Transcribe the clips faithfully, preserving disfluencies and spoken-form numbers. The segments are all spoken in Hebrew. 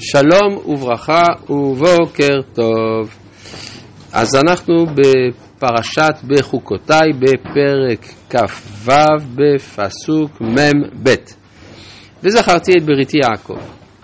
שלום וברכה ובוקר טוב. אז אנחנו בפרשת בחוקותיי בפרק כ"ו בפסוק מ"ב. וזכרתי את בריתי יעקב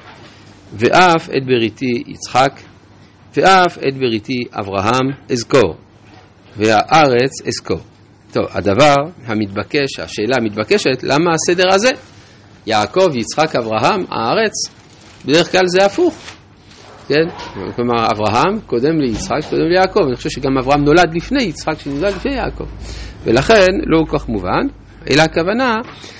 ואף את בריתי יצחק ואף את בריתי אברהם אזכור והארץ אזכור. טוב, הדבר המתבקש, השאלה המתבקשת, למה הסדר הזה? יעקב, יצחק, אברהם, הארץ, בדרך כלל זה הפוך. כן? כלומר, אברהם קודם ליצחק, קודם ליעקב. אני חושב שגם אברהם נולד לפני יצחק, שנולד לפני יעקב. ולכן לא כל כך מובן, אלא הכוונה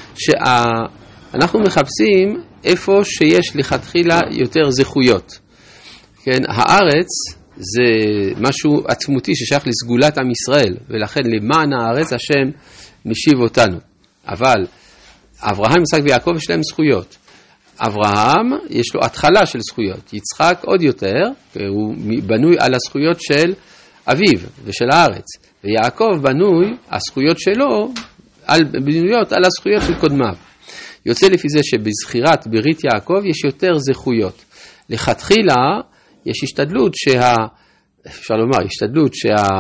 שאנחנו מחפשים איפה שיש לכתחילה יותר זכויות. כן? הארץ זה משהו עצמותי ששייך לסגולת עם ישראל, ולכן למען הארץ השם משיב אותנו. אבל אברהם, יצחק ויעקב יש להם זכויות. אברהם יש לו התחלה של זכויות, יצחק עוד יותר, הוא בנוי על הזכויות של אביו ושל הארץ, ויעקב בנוי, הזכויות שלו על, בנויות על הזכויות של קודמיו. יוצא לפי זה שבזכירת ברית יעקב יש יותר זכויות. לכתחילה יש השתדלות שה, אפשר לומר, השתדלות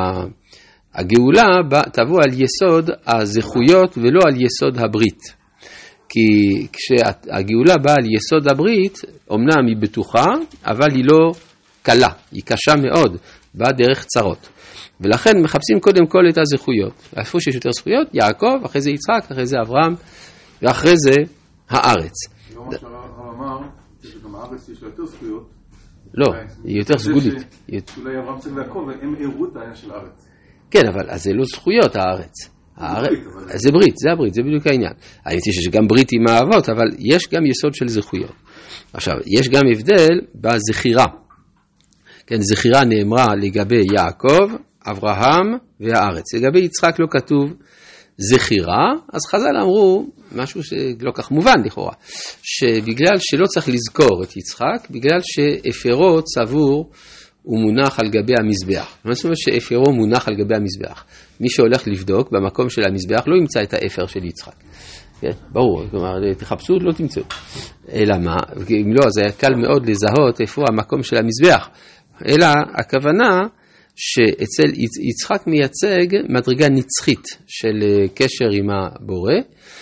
שהגאולה תבוא על יסוד הזכויות ולא על יסוד הברית. כי כשהגאולה באה על יסוד הברית, אמנם היא בטוחה, אבל היא לא קלה, היא קשה מאוד, באה דרך צרות. ולכן מחפשים קודם כל את הזכויות. איפה שיש יותר זכויות, יעקב, אחרי זה יצחק, אחרי זה אברהם, ואחרי זה הארץ. לא מה שהרב אמר, שגם הארץ יש לה יותר זכויות. לא, היא יותר סגולית. אולי אברהם צריך לעקוב, הם עירו את העניין של הארץ. כן, אבל אז זה לא זכויות הארץ. זה ברית, זה הברית, זה בדיוק העניין. אני חושב שיש גם ברית עם האבות, אבל יש גם יסוד של זכויות. עכשיו, יש גם הבדל בזכירה. כן, זכירה נאמרה לגבי יעקב, אברהם והארץ. לגבי יצחק לא כתוב זכירה, אז חז"ל אמרו משהו שלא כך מובן לכאורה, שבגלל שלא צריך לזכור את יצחק, בגלל שאפרו צבור הוא מונח על גבי המזבח. מה זאת אומרת שאפרו מונח על גבי המזבח? מי שהולך לבדוק במקום של המזבח לא ימצא את האפר של יצחק. כן? ברור, כלומר, תחפשו, לא תמצאו. אלא מה? אם לא, אז היה קל מאוד לזהות איפה המקום של המזבח. אלא הכוונה שאצל יצחק מייצג מדרגה נצחית של קשר עם הבורא,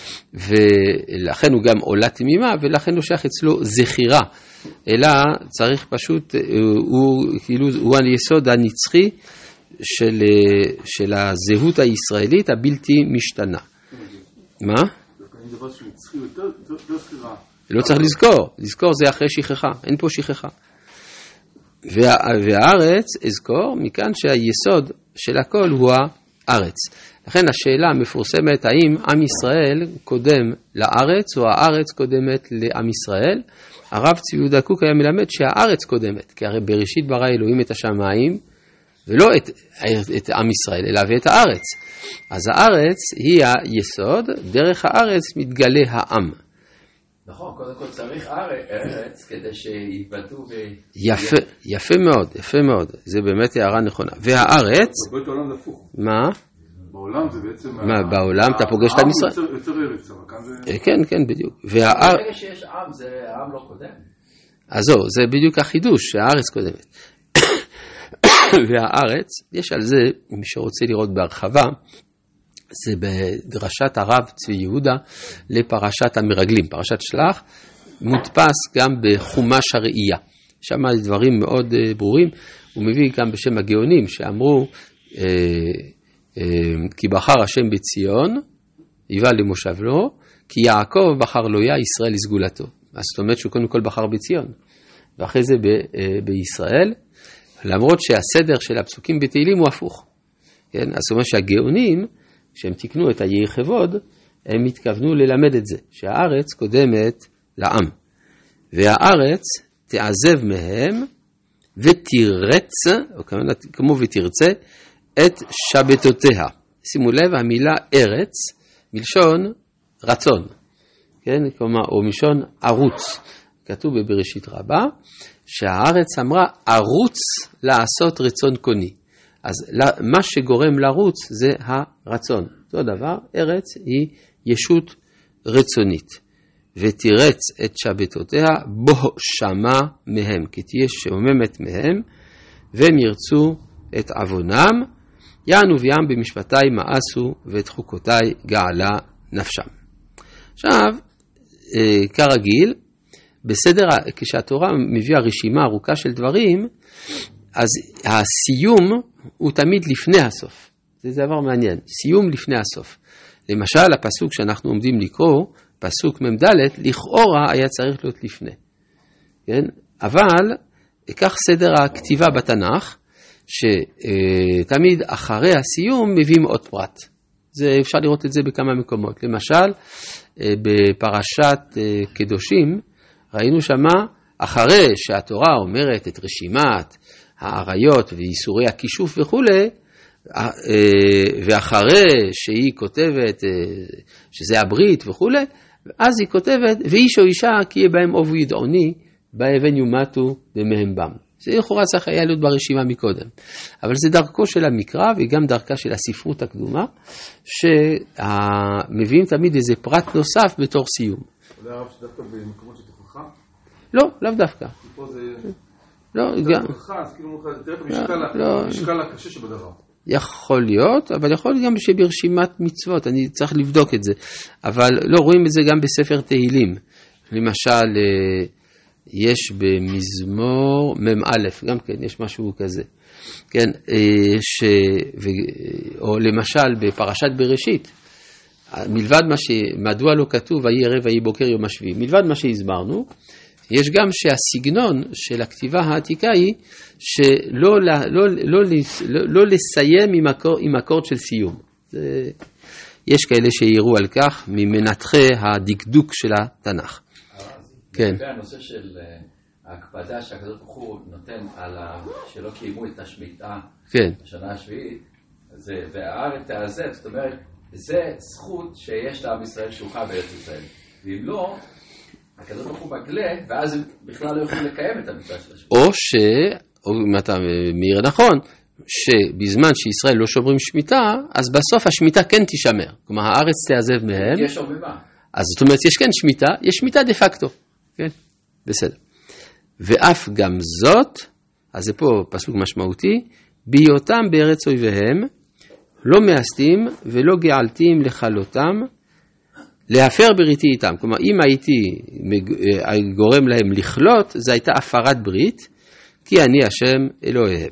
ולכן הוא גם עולה תמימה, ולכן הוא שייך אצלו זכירה. אלא צריך פשוט, הוא, כאילו, הוא היסוד הנצחי של, של הזהות הישראלית הבלתי משתנה. מה? אני דבר שנצחי יותר, יותר זכירה. לא צריך לזכור, לזכור זה אחרי שכחה, אין פה שכחה. וה, והארץ, אזכור, מכאן שהיסוד של הכל הוא הארץ. לכן השאלה המפורסמת, האם עם ישראל קודם לארץ או הארץ קודמת לעם ישראל? הרב צבי יהודה קוק היה מלמד שהארץ קודמת, כי הרי בראשית ברא אלוהים את השמיים, ולא את, את עם ישראל, אלא ואת הארץ. אז הארץ היא היסוד, דרך הארץ מתגלה העם. נכון, קודם כל צריך ארץ כדי שיתבטאו ב... יפה, יפה מאוד, יפה מאוד. זה באמת הערה נכונה. והארץ... בעולם זה הפוך. מה? בעולם זה בעצם... מה, בעולם אתה פוגש את עם ישראל? העם יותר ארץ, אבל כאן זה... כן, כן, בדיוק. ברגע שיש עם, זה העם לא קודם. אז זהו, זה בדיוק החידוש, שהארץ קודמת. והארץ, יש על זה, מי שרוצה לראות בהרחבה, זה בדרשת הרב צבי יהודה לפרשת המרגלים. פרשת שלח מודפס גם בחומש הראייה. שם דברים מאוד ברורים. הוא מביא גם בשם הגאונים שאמרו, כי בחר השם בציון, היווה למושב לו, כי יעקב בחר לו יה, ישראל לסגולתו. אז זאת אומרת שהוא קודם כל בחר בציון. ואחרי זה ב- בישראל, למרות שהסדר של הפסוקים בתהילים הוא הפוך. כן? אז זאת אומרת שהגאונים, כשהם תקנו את היהי כבוד, הם התכוונו ללמד את זה, שהארץ קודמת לעם. והארץ תעזב מהם ותירץ, או כמו ותרצה, את שבתותיה. שימו לב, המילה ארץ, מלשון רצון. כן? כלומר, או מלשון ערוץ. כתוב בבראשית רבה, שהארץ אמרה, ערוץ לעשות רצון קוני. אז מה שגורם לרוץ זה הרצון. אותו דבר, ארץ היא ישות רצונית. ותירץ את שבתותיה, בו שמע מהם, כי תהיה שוממת מהם, והם ירצו את עוונם, יענו וים במשפטי מאסו, ואת חוקותי געלה נפשם. עכשיו, כרגיל, בסדר, כשהתורה מביאה רשימה ארוכה של דברים, אז הסיום הוא תמיד לפני הסוף. זה דבר מעניין, סיום לפני הסוף. למשל, הפסוק שאנחנו עומדים לקרוא, פסוק ממד, לכאורה היה צריך להיות לפני. כן? אבל, כך סדר הכתיבה בתנ"ך, שתמיד אחרי הסיום מביאים עוד פרט. זה, אפשר לראות את זה בכמה מקומות. למשל, בפרשת קדושים, ראינו שמה, אחרי שהתורה אומרת את רשימת העריות ואיסורי הכישוף וכו', ואחרי שהיא כותבת שזה הברית וכו', אז היא כותבת, ואיש או אישה כי יהיה בהם אובו ידעוני, באבן יומתו ומהם בם. זה לכאורה צריך היה להיות ברשימה מקודם. אבל זה דרכו של המקרא וגם דרכה של הספרות הקדומה, שמביאים תמיד איזה פרט נוסף בתור סיום. אולי הרב שדווקא במקומות של תוכחה? לא, לאו דווקא. פה זה... לא, גם... תוכחה, אז כאילו תראה את המשקל הקשה שבדבר. יכול להיות, אבל יכול להיות גם שברשימת מצוות, אני צריך לבדוק את זה. אבל לא רואים את זה גם בספר תהילים. למשל, יש במזמור ממ-א', גם כן, יש משהו כזה. כן, ש... או למשל בפרשת בראשית, מלבד מה ש... מדוע לא כתוב, ויהי ערב ויהי בוקר יום השביעי, מלבד מה שהסברנו, יש גם שהסגנון של הכתיבה העתיקה היא שלא לא, לא, לא, לא, לא לסיים עם, אקור, עם אקורד של סיום. זה, יש כאלה שיראו על כך ממנתחי הדקדוק של התנ"ך. כן. לגבי הנושא של ההקפדה שהקדוש ברוך הוא נותן על שלא קיימו את השמיטה כן. בשנה השביעית, זה, והארץ תעזב, זאת אומרת, זה זכות שיש לעם ישראל שהוכר בארץ ישראל. ואם לא, הקדוש ברוך הוא מגלה, ואז הם בכלל לא יכולים לקיים את המצווה של השמיטה. או ש, או אם אתה מעיר נכון, שבזמן שישראל לא שומרים שמיטה, אז בסוף השמיטה כן תישמר. כלומר, הארץ תעזב מהם. יש שוממה. אז זאת אומרת, יש כן שמיטה, יש שמיטה דה פקטו. כן, בסדר. ואף גם זאת, אז זה פה פסוק משמעותי, בהיותם בארץ אויביהם, לא מאסתים ולא געלתים לכלותם, להפר בריתי איתם. כלומר, אם הייתי גורם להם לכלות, זו הייתה הפרת ברית, כי אני השם אלוהיהם.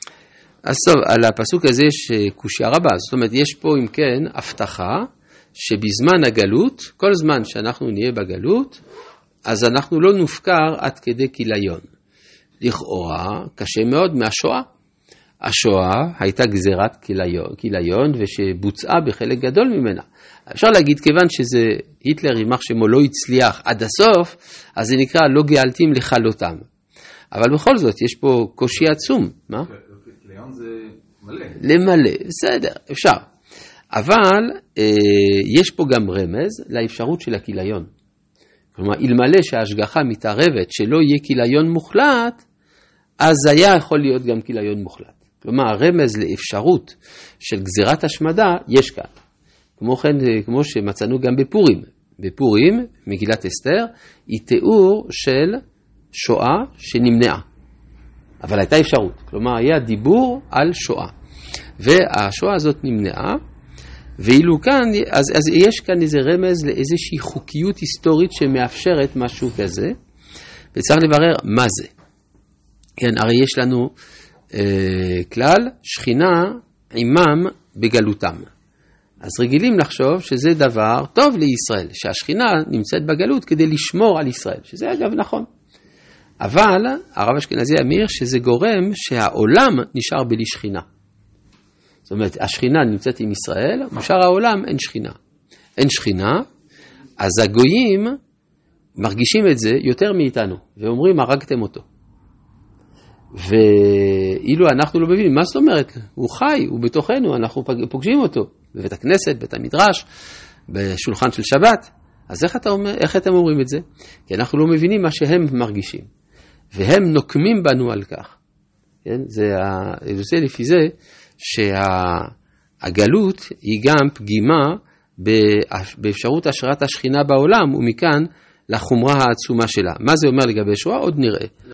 אז טוב, על הפסוק הזה יש קושיה רבה. זאת אומרת, יש פה אם כן הבטחה, שבזמן הגלות, כל זמן שאנחנו נהיה בגלות, אז אנחנו לא נופקר עד כדי כיליון. לכאורה, קשה מאוד מהשואה. השואה הייתה גזירת כיליון, כיליון ושבוצעה בחלק גדול ממנה. אפשר להגיד, כיוון שזה היטלר יימח שמו לא הצליח עד הסוף, אז זה נקרא לא גאלתים לכלותם. אבל בכל זאת, יש פה קושי עצום. מה? כיליון זה מלא. למלא, בסדר, אפשר. אבל אה, יש פה גם רמז לאפשרות של הכיליון. כלומר, אלמלא שההשגחה מתערבת שלא יהיה כיליון מוחלט, אז היה יכול להיות גם כיליון מוחלט. כלומר, הרמז לאפשרות של גזירת השמדה יש כאן. כמו כן, כמו שמצאנו גם בפורים. בפורים, מגילת אסתר, היא תיאור של שואה שנמנעה. אבל הייתה אפשרות. כלומר, היה דיבור על שואה. והשואה הזאת נמנעה, ואילו כאן, אז, אז יש כאן איזה רמז לאיזושהי חוקיות היסטורית שמאפשרת משהו כזה, וצריך לברר מה זה. כן, הרי יש לנו אה, כלל, שכינה עמם בגלותם. אז רגילים לחשוב שזה דבר טוב לישראל, שהשכינה נמצאת בגלות כדי לשמור על ישראל, שזה אגב נכון. אבל הרב אשכנזי אמיר שזה גורם שהעולם נשאר בלי שכינה. זאת אומרת, השכינה נמצאת עם ישראל, בשאר העולם אין שכינה. אין שכינה, אז הגויים מרגישים את זה יותר מאיתנו, ואומרים, הרגתם אותו. ואילו אנחנו לא מבינים, מה זאת אומרת? הוא חי, הוא בתוכנו, אנחנו פוגשים אותו, בבית הכנסת, בית המדרש, בשולחן של שבת. אז איך, אתה אומר, איך אתם אומרים את זה? כי אנחנו לא מבינים מה שהם מרגישים. והם נוקמים בנו על כך. כן? זה, זה לפי זה, שהגלות היא גם פגימה באפשרות השראת השכינה בעולם, ומכאן לחומרה העצומה שלה. מה זה אומר לגבי שואה? עוד נראה.